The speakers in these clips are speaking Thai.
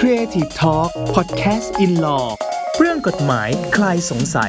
Creative Talk Podcast in Law เรื่องกฎหมายคลายสงสัย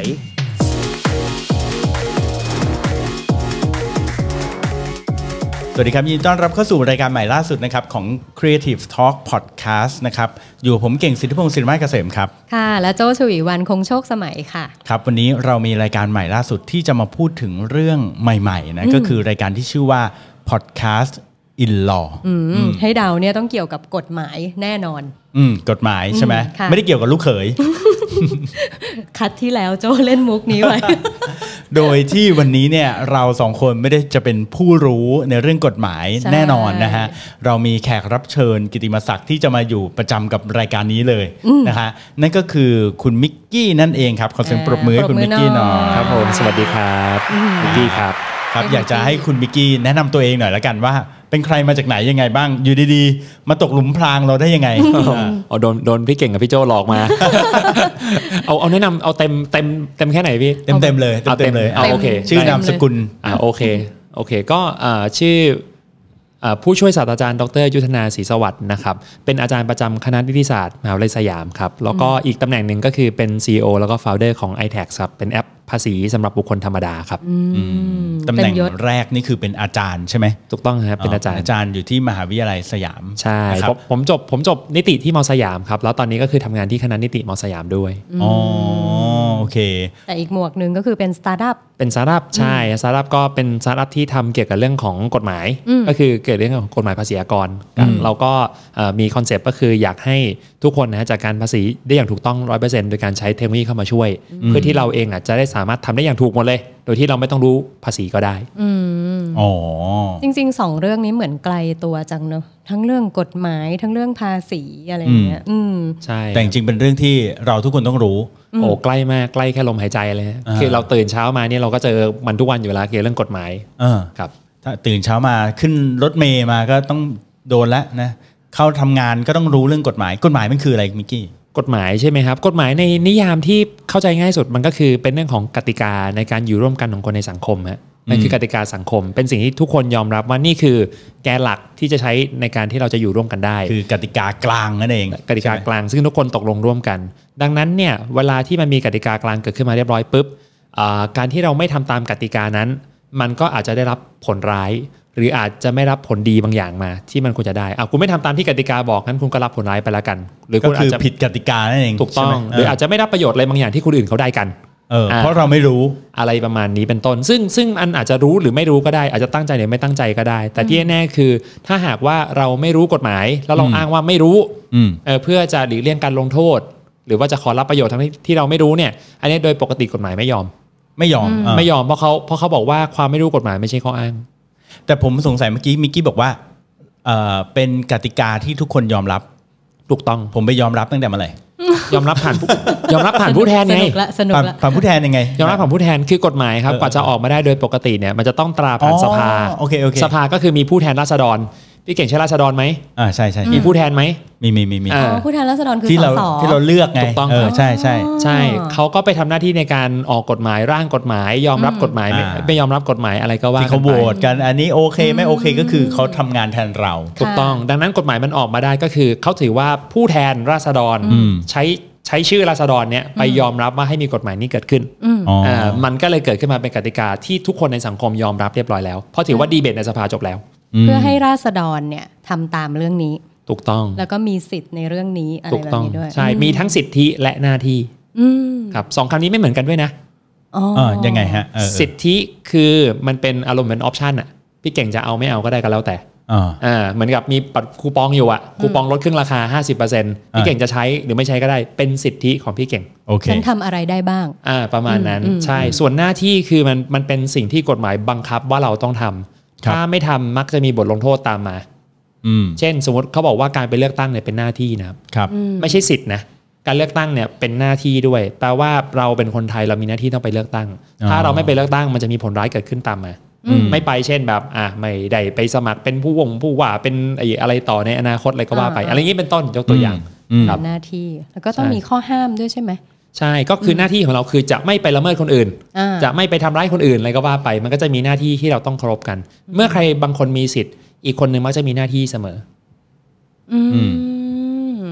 สวัสดีครับยินดีต้อนรับเข้าสู่รายการใหม่ล่าสุดนะครับของ Creative Talk Podcast นะครับอยู่ผมเก่งสิทธิพงศ์ศิริมาศเกษมครับค่ะและโจ้ชวีวรรณคงโชคสมัยค่ะครับวันนี้เรามีรายการใหม่ล่าสุดที่จะมาพูดถึงเรื่องใหม่ๆนะก็คือรายการที่ชื่อว่า Podcast in Law ให้เดาเนี่ยต้องเกี่ยวกับกฎหมายแน่นอนกฎหมายใช่ไหมไม่ได้เกี่ยวกับลูกเขยคัดที่แล้วโจ้เล่นมุกนี้ไว้โดยที่วันนี้เนี่ยเราสองคนไม่ได้จะเป็นผู้รู้ในเรื่องกฎหมายแน่นอนนะฮะเรามีแขกรับเชิญกิตติมศักดิ์ที่จะมาอยู่ประจำกับรายการนี้เลยนะฮะนั่นก็คือคุณมิกกี้นั่นเองครับขอเสียงปรบมือให้คุณมิกกี้หน่อยครับผมสวัสดีครับมิกกี้ครับอยากจะให้คุณมิกกี้แนะนำตัวเองหน่อยละกันว่าเป็นใครมาจากไหนยังไงบ้างอยู่ดีๆมาตกหลุมพรางเราได้ยังไงเอาโดนพี่เก่งกับพี่โจหลอกมา เอาแนะนำเอาเต็มแค่ไหนพี่เต็มเลยโอเคชื่อนามสกุลโอเคก็ชื่อผู้ช่วยศาสตราจารย์ดร.ยุทธนาศรีสวัสดิ์นะครับเป็นอาจารย์ประจำคณะนิติศาสตร์มหาวิทยาลัยสยามครับแล้วก็อีกตำแหน่งหนึ่งก็คือเป็น CEO แล้วก็ Founder ของ iTax ครับเป็นแอปภาษีสำหรับบุคคลธรรมดาครับตำแหน่งแรกนี่คือเป็นอาจารย์ใช่ไหมถูกต้องครับเป็นอาจารย์อยู่ที่มหาวิทยาลัยสยามใช่ผมจบนิติที่ม.สยามครับแล้วตอนนี้ก็คือทำงานที่คณะนิติม.สยามด้วยโอเคแต่อีกหมวกนึงก็คือเป็นสตาร์ทอัพใช่สตาร์ทอัพก็เป็นสตาร์ทอัพที่ทำเกี่ยวกับเรื่องของกฎหมายก็คือเกี่ยวกับเรื่องของกฎหมายภาษีอากรเราก็มีคอนเซปต์ก็คืออยากให้ทุกคนนะจัดการภาษีได้อย่างถูกต้อง 100% โดยการใช้เทคโนโลยีเข้ามาช่วยเพื่อที่เราเองจะได้สามารถทำได้อย่างถูกหมดเลยโดยที่เราไม่ต้องรู้ภาษีก็ได้จริงๆ2เรื่องนี้เหมือนไกลตัวจังเนอะทั้งเรื่องกฎหมายทั้งเรื่องภาษีอะไรอย่างเงี้ยใช่แต่จริงๆเป็นเรื่องที่เราทุกคนต้องรู้ใกล้มากใกล้แค่ลมหายใจเลยคือเราตื่นเช้ามาเนี่ยเราก็เจอมันทุกวันอยู่แล้วเกี่ยวกับเรื่องกฎหมายครับถ้าตื่นเช้ามาขึ้นรถเมล์มาก็ต้องโดนแล้วนะเข้าทำงานก็ต้องรู้เรื่องกฎหมายมันคืออะไรมิกกี้กฎหมายใช่ไหมครับกฎหมายในนิยามที่เข้าใจง่ายสุดมันก็คือเป็นเรื่องของกติกาในการอยู่ร่วมกันของคนในสังคมฮะนั่นคือกติกาสังคมเป็นสิ่งที่ทุกคนยอมรับว่านี่คือแกนหลักที่จะใช้ในการที่เราจะอยู่ร่วมกันได้คือกติกากลางนั่นเองกติกากลางซึ่งทุกคนตกลงร่วมกันดังนั้นเนี่ยเวลาที่มันมีกติกากลางเกิดขึ้นมาเรียบร้อยปุ๊บการที่เราไม่ทำตามกติกานั้นมันก็อาจจะได้รับผลร้ายหรืออาจจะไม่รับผลดีบางอย่างมาที่มันควรจะได้คุณไม่ทำตามที่กติกาบอกงั้นคุณก็รับผลร้ายไปแล้วกันหรือคุณอาจจะผิดกติกานั่นเองถูกต้องหรืออาจจะไม่รับประโยชน์อะไรบางอย่างที่คนอื่นเขาได้กันเพราะเราไม่รู้อะไรประมาณนี้เป็นต้นซึ่งอันอาจจะรู้หรือไม่รู้ก็ได้อาจจะตั้งใจหรือไม่ตั้งใจก็ได้แต่ที่แน่คือถ้าหากว่าเราไม่รู้กฎหมายแล้วเราอ้างว่าไม่รู้เพื่อจะหลีกเลี่ยงการลงโทษหรือว่าจะขอรับประโยชน์ทั้งที่เราไม่รู้เนี่ยอันนี้โดยปกติกฎหมายไม่ยอมเพราะเขาบอกว่าความไม่รู้กฎหมายไม่ใช่ข้ออ้างแต่ผมสงสัยเมื่อกี้มิกกี้บอกว่าเป็นกติกาที่ทุกคนยอมรับถูกต้องผมไปยอมรับตั้งแต่เมื่อไหร่ยอมรับผ่านผู้แทนไงผ่านผู้แทนยังไงยอมรับผ่านผู้แทนคือกฎหมายครับกว่าจะออกมาได้โดยปกติเนี่ยมันจะต้องตราผ่านสภาโอเคสภาก็คือมีผู้แทนราษฎรพี่เก่งใช่ราษฎรไหมใช่มีผู้แทนไหมมีผู้แทนราษฎรคือที่เราเลือกไงถูกต้องใช่เขาก็ไปทำหน้าที่ในการออกกฎหมายร่างกฎหมายยอมรับกฎหมายไม่ยอมรับกฎหมายอะไรก็ว่าที่เขาโหวตกันอันนี้โอเคไม่โอเคก็คือเขาทำงานแทนเราถูกต้องดังนั้นกฎหมายมันออกมาได้ก็คือเขาถือว่าผู้แทนราษฎรใช้ชื่อราษฎรเนี่ยไปยอมรับว่าให้มีกฎหมายนี้เกิดขึ้นมันก็เลยเกิดขึ้นมาเป็นกติกาที่ทุกคนในสังคมยอมรับเรียบร้อยแล้วเพราะถือว่าดีเบตในสภาจบแล้วเพื่อให้ราษฎรเนี่ยทำตามเรื่องนี้ถูกต้องแล้วก็มีสิทธิ์ในเรื่องนี้อะไรแบบนี้ด้วยใช่มีทั้งสิทธิและหน้าที่ครับสองคำนี้ไม่เหมือนกันด้วยนะยังไงฮะสิทธิคือมันเป็นอารมณ์เหมือนออปชั่นอ่ะพี่เก่งจะเอาไม่เอาก็ได้ก็แล้วแต่เหมือนกับมีปัดคูปองอยู่คูปองลดครึ่งราคา 50% พี่เก่งจะใช้หรือไม่ใช้ก็ได้เป็นสิทธิของพี่เก่งฉันทำอะไรได้บ้างประมาณนั้นใช่ส่วนหน้าที่คือมันเป็นสิ่งที่กฎหมายบังคับว่าเราต้องทำถ้าไม่ทำมักจะมีบทลงโทษตามมาเช่นสมมติเขาบอกว่าการไปเลือกตั้งเนี่ยเป็นหน้าที่นะครับไม่ใช่สิทธินะการเลือกตั้งเนี่ยเป็นหน้าที่ด้วยแปลว่าเราเป็นคนไทยเรามีหน้าที่ต้องไปเลือกตั้งถ้าเราไม่ไปเลือกตั้งมันจะมีผลร้ายเกิดขึ้นตามมาไม่ไปเช่นแบบไม่ได้ไปสมัครเป็นผู้ว่าเป็นอะไรต่อในอนาคตอะไรก็ว่าไปอะไรอย่างนี้เป็นต้นยกตัวอย่างหน้าที่แล้วก็ต้องมีข้อห้ามด้วยใช่ไหมใช่ก็คือหน้าที่ของเราคือจะไม่ไปละเมิดคนอื่นจะไม่ไปทำร้ายคนอื่นอะไรก็ว่าไปมันก็จะมีหน้าที่ที่เราต้องเคารพกันเมื่อใครบางคนมีสิทธิ์อีกคนนึงมักจะมีหน้าที่เสมอ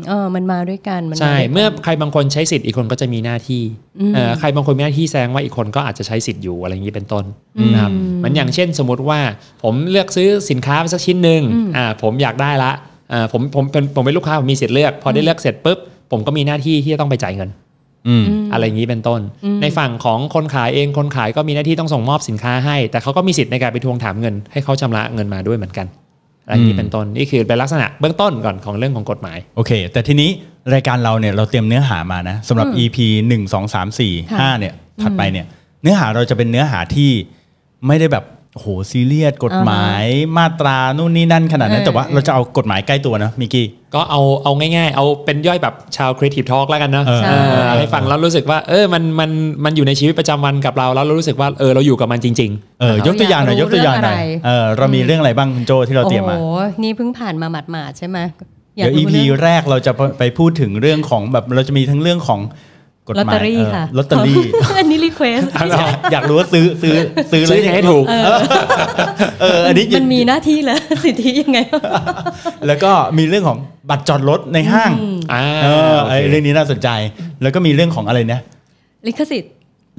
มันมาด้วยกันใช่เมื่อใครบางคนใช้สิทธิ์อีกคนก็จะมีหน้าที่ใครบางคนมีหน้าที่แสดงว่าอีกคนก็อาจจะใช้สิทธิ์อยู่อะไรอย่างนี้เป็นต้นนะครับมันอย่างเช่นสมมติว่าผมเลือกซื้อสินค้าไปสักชิ้นหนึ่งผมอยากได้ละผมเป็นลูกค้าผมมีสิทธิ์เลือกพอได้เลือกเสร็จปุ๊บผมก็มีหน้าที่ที่จะต้องไปจ่ายเงินอะไรอย่างนี้เป็นต้นในฝั่งของคนขายเองคนขายก็มีหน้าที่ต้องส่งมอบสินค้าให้แต่เขาก็มีสิทธิ์ในการไปทวงถามเงินให้เขาชำระเงินมาด้วยเหมือนกันอะไรอย่างนี้เป็นต้นนี่คือเป็นลักษณะเบื้องต้นก่อนของเรื่องของกฎหมายโอเคแต่ทีนี้รายการเราเนี่ยเราเตรียมเนื้อหามานะสำหรับ EP 1 2 3 4 5เนี่ยถัดไปเนี่ยเนื้อหาเราจะเป็นเนื้อหาที่ไม่ได้แบบโอ้โหซีเรียสกฎหมายมาตรานู่นนี่นั่นขนาดนั้นแต่ว่าเราจะเอากฎหมายใกล้ตัวนะมิกกี้ก็เอาง่ายๆเอาเป็นย่อยแบบชาว Creative Talk แล้วกันนะให้ฟังแล้วรู้สึกว่ามันอยู่ในชีวิตประจำวันกับเราแล้วเรารู้สึกว่าเราอยู่กับมันจริงๆยกตัวอย่างหน่อยเรามีเรื่องอะไรบ้างคุณโจที่เราเตรียมมาโอ้นี่เพิ่งผ่านมาหมาดๆใช่ไหมเดี๋ยว EP แรกเราจะไปพูดถึงเรื่องของแบบเราจะมีทั้งเรื่องของกฎหมายลอตเตอรี่อันนี้รีเควสอยากรู้ว่าซื้อยังไงให้ถูกอันนี้มันมีหน้าที่แล้วสิทธิยังไงแล้วก็มีเรื่องของบัตรจอดรถในห้างเรื่องนี้น่าสนใจแล้วก็มีเรื่องของอะไรนะลิขสิทธิ์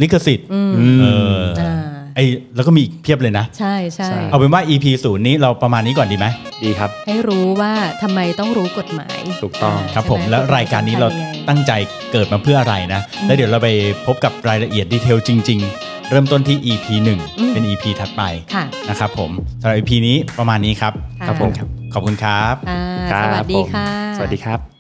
แล้วก็มีเพียบเลยนะใช่เอาเป็นว่า EP 0นี้เราประมาณนี้ก่อนดีไหมดีครับให้รู้ว่าทำไมต้องรู้กฎหมายถูกต้องครับผมแล้วรายการนี้เราตั้งใจเกิดมาเพื่ออะไรนะแล้วเดี๋ยวเราไปพบกับรายละเอียดดีเทลจริงๆเริ่มต้นที่ EP 1เป็น EP ถัดไปนะครับผมสำหรับ EP นี้ประมาณนี้ครับครับผมขอบคุณครับสวัสดีค่ะสวัสดีครับ